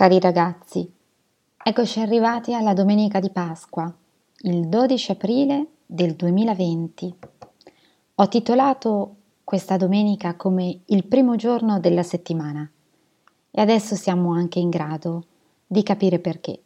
Cari ragazzi, eccoci arrivati alla domenica di Pasqua, il 12 aprile del 2020. Ho titolato questa domenica come il primo giorno della settimana e adesso siamo anche in grado di capire perché.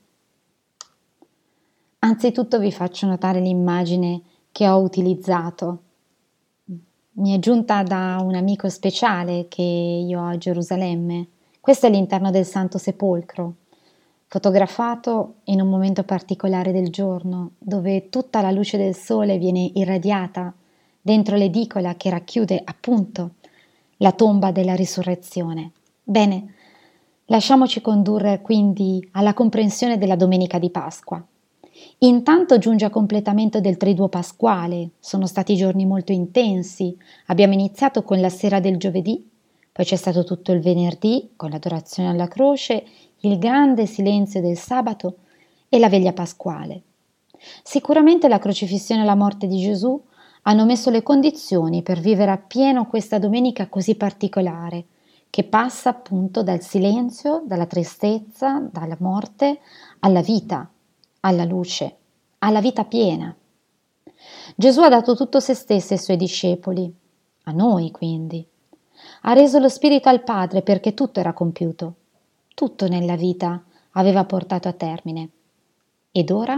Anzitutto vi faccio notare l'immagine che ho utilizzato. Mi è giunta da un amico speciale che io ho a Gerusalemme. Questo è l'interno del Santo Sepolcro, fotografato in un momento particolare del giorno, dove tutta la luce del sole viene irradiata dentro l'edicola che racchiude appunto la tomba della risurrezione. Bene, lasciamoci condurre quindi alla comprensione della domenica di Pasqua. Intanto giunge a completamento del triduo pasquale, sono stati giorni molto intensi, abbiamo iniziato con la sera del giovedì, poi c'è stato tutto il venerdì con l'adorazione alla croce, il grande silenzio del sabato e la veglia pasquale. Sicuramente la crocifissione e la morte di Gesù hanno messo le condizioni per vivere appieno questa domenica così particolare, che passa appunto dal silenzio, dalla tristezza, dalla morte alla vita, alla luce, alla vita piena. Gesù ha dato tutto se stesso ai suoi discepoli, a noi quindi. Ha reso lo Spirito al Padre perché tutto era compiuto, tutto nella vita aveva portato a termine. Ed ora?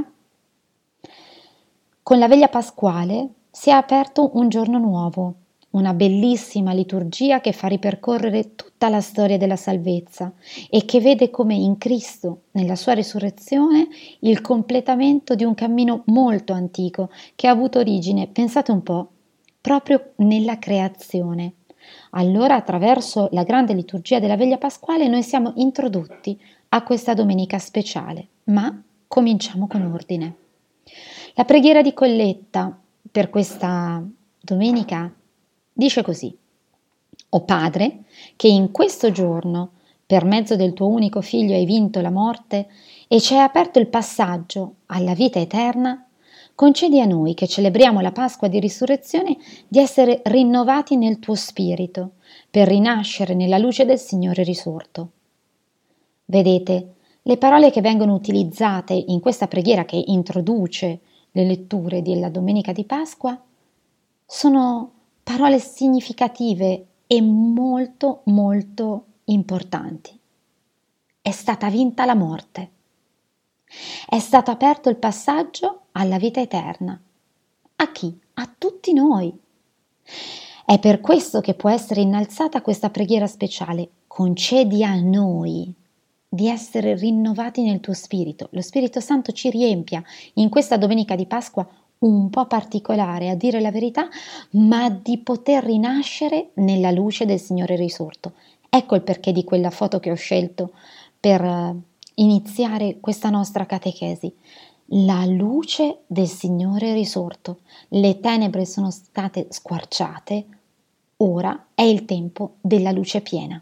Con la veglia pasquale si è aperto un giorno nuovo, una bellissima liturgia che fa ripercorrere tutta la storia della salvezza e che vede come in Cristo, nella sua risurrezione, il completamento di un cammino molto antico che ha avuto origine, pensate un po', proprio nella creazione. Allora, attraverso la grande liturgia della veglia pasquale, noi siamo introdotti a questa domenica speciale, ma cominciamo con ordine. La preghiera di colletta per questa domenica dice così: O Padre, che in questo giorno, per mezzo del tuo unico Figlio, hai vinto la morte e ci hai aperto il passaggio alla vita eterna, concedi a noi che celebriamo la Pasqua di Risurrezione di essere rinnovati nel tuo Spirito, per rinascere nella luce del Signore risorto. Vedete, le parole che vengono utilizzate in questa preghiera che introduce le letture della Domenica di Pasqua sono parole significative e molto molto importanti. È stata vinta la morte. È stato aperto il passaggio alla vita eterna. A chi? A tutti noi. È per questo che può essere innalzata questa preghiera speciale. Concedi a noi di essere rinnovati nel tuo spirito. Lo Spirito Santo ci riempia in questa domenica di Pasqua un po' particolare, a dire la verità, ma di poter rinascere nella luce del Signore risorto. Ecco il perché di quella foto che ho scelto per iniziare questa nostra catechesi. La luce del Signore risorto. Le tenebre sono state squarciate, ora è il tempo della luce piena.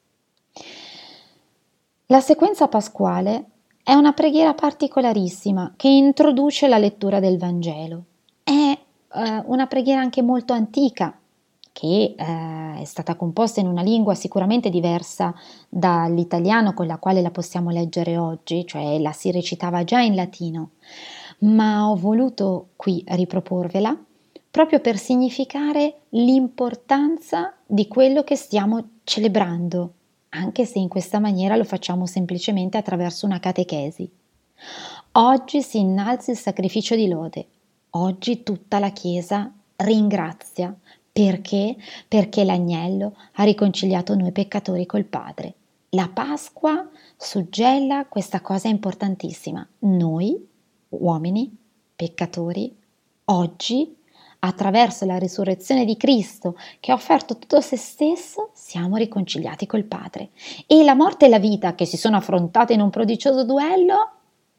La sequenza pasquale è una preghiera particolarissima che introduce la lettura del Vangelo. È una preghiera anche molto antica, che è stata composta in una lingua sicuramente diversa dall'italiano con la quale la possiamo leggere oggi, cioè la si recitava già in latino, ma ho voluto qui riproporvela proprio per significare l'importanza di quello che stiamo celebrando, anche se in questa maniera lo facciamo semplicemente attraverso una catechesi. Oggi si innalza il sacrificio di lode, oggi tutta la Chiesa ringrazia. Perché? Perché l'agnello ha riconciliato noi peccatori col Padre. La Pasqua suggella questa cosa importantissima. Noi, uomini, peccatori, oggi, attraverso la risurrezione di Cristo che ha offerto tutto se stesso, siamo riconciliati col Padre. E la morte e la vita che si sono affrontate in un prodigioso duello,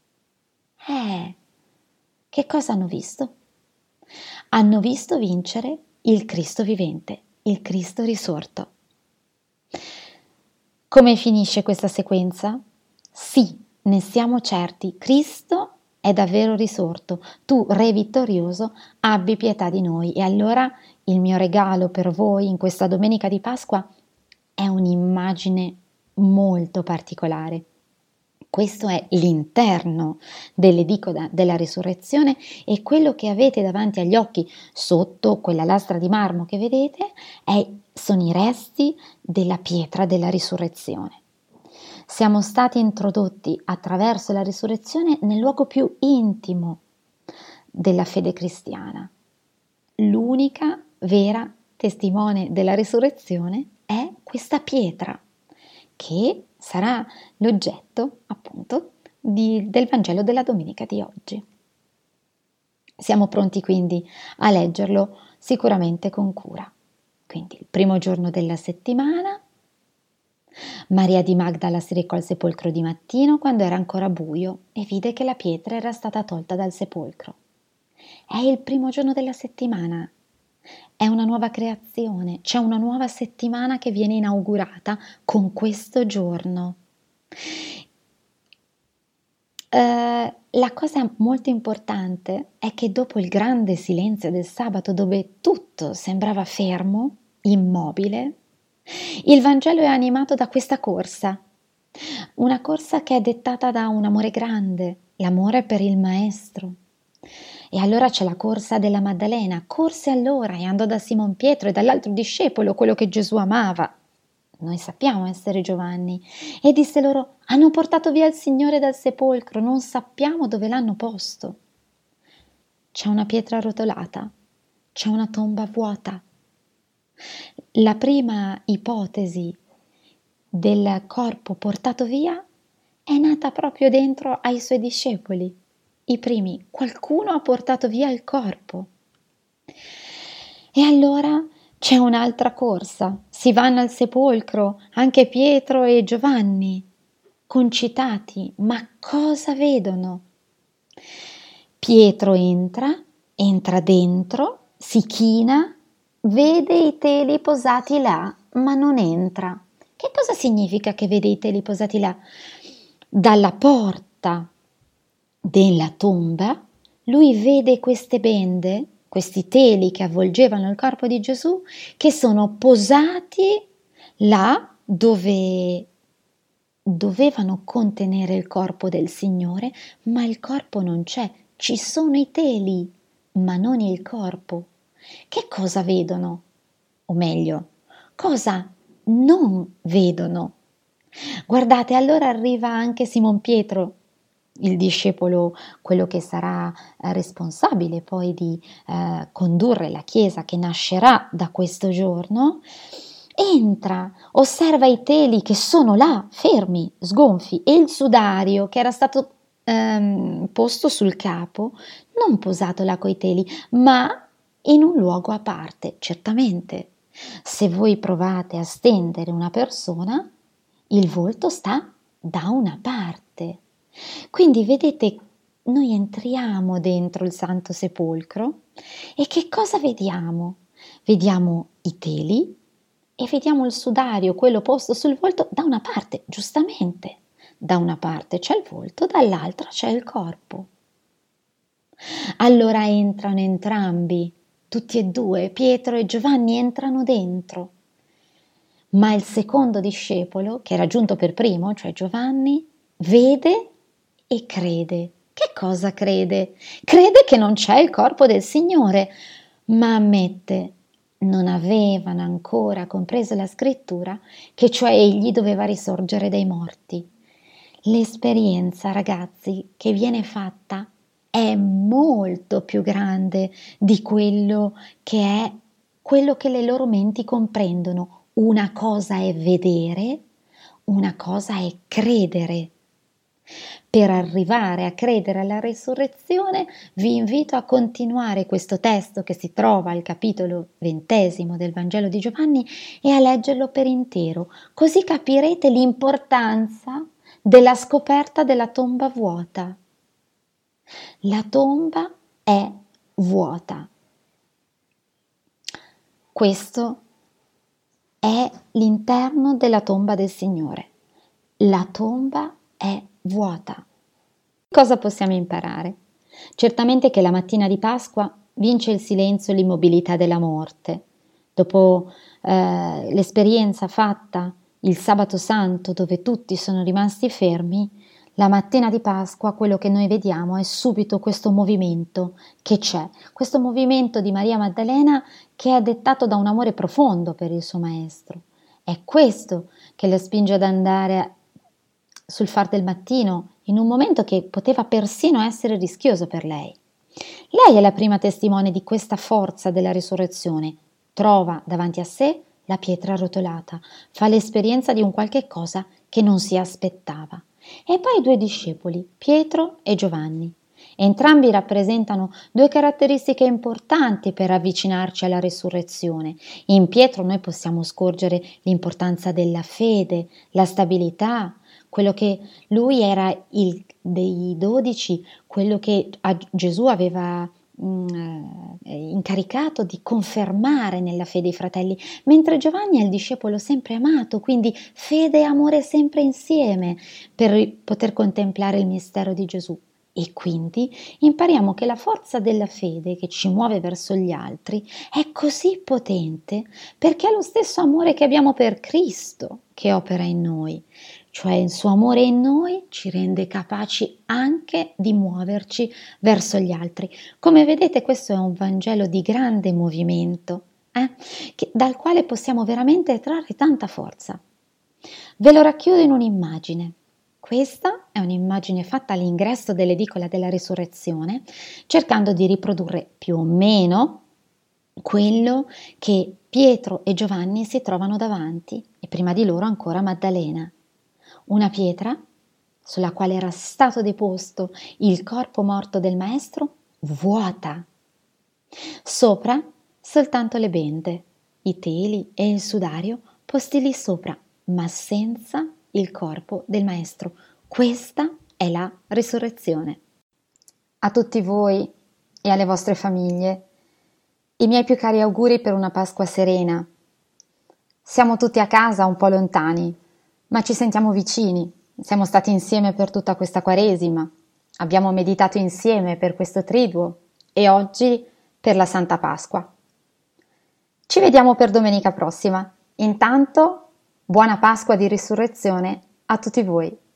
che cosa hanno visto? Hanno visto vincere il Cristo vivente, il Cristo risorto. Come finisce questa sequenza? Sì, ne siamo certi, Cristo è davvero risorto. Tu, Re vittorioso, abbi pietà di noi. E allora il mio regalo per voi in questa domenica di Pasqua è un'immagine molto particolare. Questo è l'interno dell'edicola della risurrezione e quello che avete davanti agli occhi sotto quella lastra di marmo che vedete sono i resti della pietra della risurrezione. Siamo stati introdotti attraverso la risurrezione nel luogo più intimo della fede cristiana. L'unica vera testimone della risurrezione è questa pietra, che sarà l'oggetto, appunto, del Vangelo della domenica di oggi. Siamo pronti quindi a leggerlo sicuramente con cura. Quindi il primo giorno della settimana, Maria di Magdala si recò al sepolcro di mattino quando era ancora buio e vide che la pietra era stata tolta dal sepolcro. È il primo giorno della settimana. È una nuova creazione, c'è una nuova settimana che viene inaugurata con questo giorno. La cosa molto importante è che dopo il grande silenzio del sabato, dove tutto sembrava fermo, immobile, il Vangelo è animato da questa corsa, una corsa che è dettata da un amore grande, l'amore per il Maestro. E allora c'è la corsa della Maddalena, corse allora e andò da Simon Pietro e dall'altro discepolo, quello che Gesù amava. Noi sappiamo essere Giovanni, e disse loro: hanno portato via il Signore dal sepolcro, non sappiamo dove l'hanno posto. C'è una pietra arrotolata, c'è una tomba vuota. La prima ipotesi del corpo portato via è nata proprio dentro ai suoi discepoli. I primi, qualcuno ha portato via il corpo. E allora c'è un'altra corsa, si vanno al sepolcro, anche Pietro e Giovanni, concitati, ma cosa vedono? Pietro entra dentro, si china, vede i teli posati là, ma non entra. Che cosa significa che vede i teli posati là? Dalla porta della tomba, lui vede queste bende, questi teli che avvolgevano il corpo di Gesù, che sono posati là dove dovevano contenere il corpo del Signore, ma il corpo non c'è, ci sono i teli, ma non il corpo. Che cosa vedono? O meglio, cosa non vedono? Guardate, allora arriva anche Simon Pietro, il discepolo, quello che sarà responsabile poi di condurre la Chiesa che nascerà da questo giorno, entra, osserva i teli che sono là, fermi, sgonfi, e il sudario che era stato posto sul capo, non posato là coi teli, ma in un luogo a parte, certamente. Se voi provate a stendere una persona, il volto sta da una parte. Quindi vedete, noi entriamo dentro il Santo Sepolcro e che cosa vediamo? Vediamo i teli e vediamo il sudario, quello posto sul volto, da una parte, giustamente. Da una parte c'è il volto, dall'altra c'è il corpo. Allora entrano entrambi, tutti e due, Pietro e Giovanni entrano dentro. Ma il secondo discepolo, che era giunto per primo, cioè Giovanni, vede e crede. Che cosa crede? Crede che non c'è il corpo del Signore, ma ammette, non avevano ancora compreso la scrittura, che cioè egli doveva risorgere dai morti. L'esperienza, ragazzi, che viene fatta è molto più grande di quello che le loro menti comprendono. Una cosa è vedere, una cosa è credere. Per arrivare a credere alla risurrezione, vi invito a continuare questo testo che si trova al capitolo 20 del Vangelo di Giovanni e a leggerlo per intero, così capirete l'importanza della scoperta della tomba vuota. La tomba è vuota. Questo è l'interno della tomba del Signore. La tomba è vuota. Cosa possiamo imparare? Certamente che la mattina di Pasqua vince il silenzio e l'immobilità della morte. Dopo l'esperienza fatta il sabato santo, dove tutti sono rimasti fermi, La mattina di Pasqua quello che noi vediamo è subito questo movimento che c'è, questo movimento di Maria Maddalena che è dettato da un amore profondo per il suo maestro. È questo che la spinge ad andare sul far del mattino in un momento che poteva persino essere rischioso per lei. Lei è la prima testimone di questa forza della risurrezione. Trova davanti a sé la pietra arrotolata, fa l'esperienza di un qualche cosa che non si aspettava. E poi i due discepoli, Pietro e Giovanni. Entrambi rappresentano due caratteristiche importanti per avvicinarci alla risurrezione. In Pietro noi possiamo scorgere l'importanza della fede, la stabilità, quello che lui era dei 12, quello che Gesù aveva incaricato di confermare nella fede i fratelli, mentre Giovanni è il discepolo sempre amato, quindi fede e amore sempre insieme per poter contemplare il mistero di Gesù. E quindi impariamo che la forza della fede che ci muove verso gli altri è così potente perché è lo stesso amore che abbiamo per Cristo che opera in noi, cioè il suo amore in noi ci rende capaci anche di muoverci verso gli altri. Come vedete, questo è un Vangelo di grande movimento, dal quale possiamo veramente trarre tanta forza. Ve lo racchiudo in un'immagine. Questa è un'immagine fatta all'ingresso dell'edicola della Risurrezione, cercando di riprodurre più o meno quello che Pietro e Giovanni si trovano davanti, e prima di loro ancora Maddalena. Una pietra sulla quale era stato deposto il corpo morto del maestro, vuota. Sopra soltanto le bende, i teli e il sudario posti lì sopra, ma senza il corpo del maestro. Questa è la risurrezione. A tutti voi e alle vostre famiglie i miei più cari auguri per una Pasqua serena. Siamo tutti a casa un po' lontani, ma ci sentiamo vicini. Siamo stati insieme per tutta questa Quaresima, abbiamo meditato insieme per questo Triduo e oggi per la Santa Pasqua. Ci vediamo per domenica prossima. Intanto, buona Pasqua di Risurrezione a tutti voi.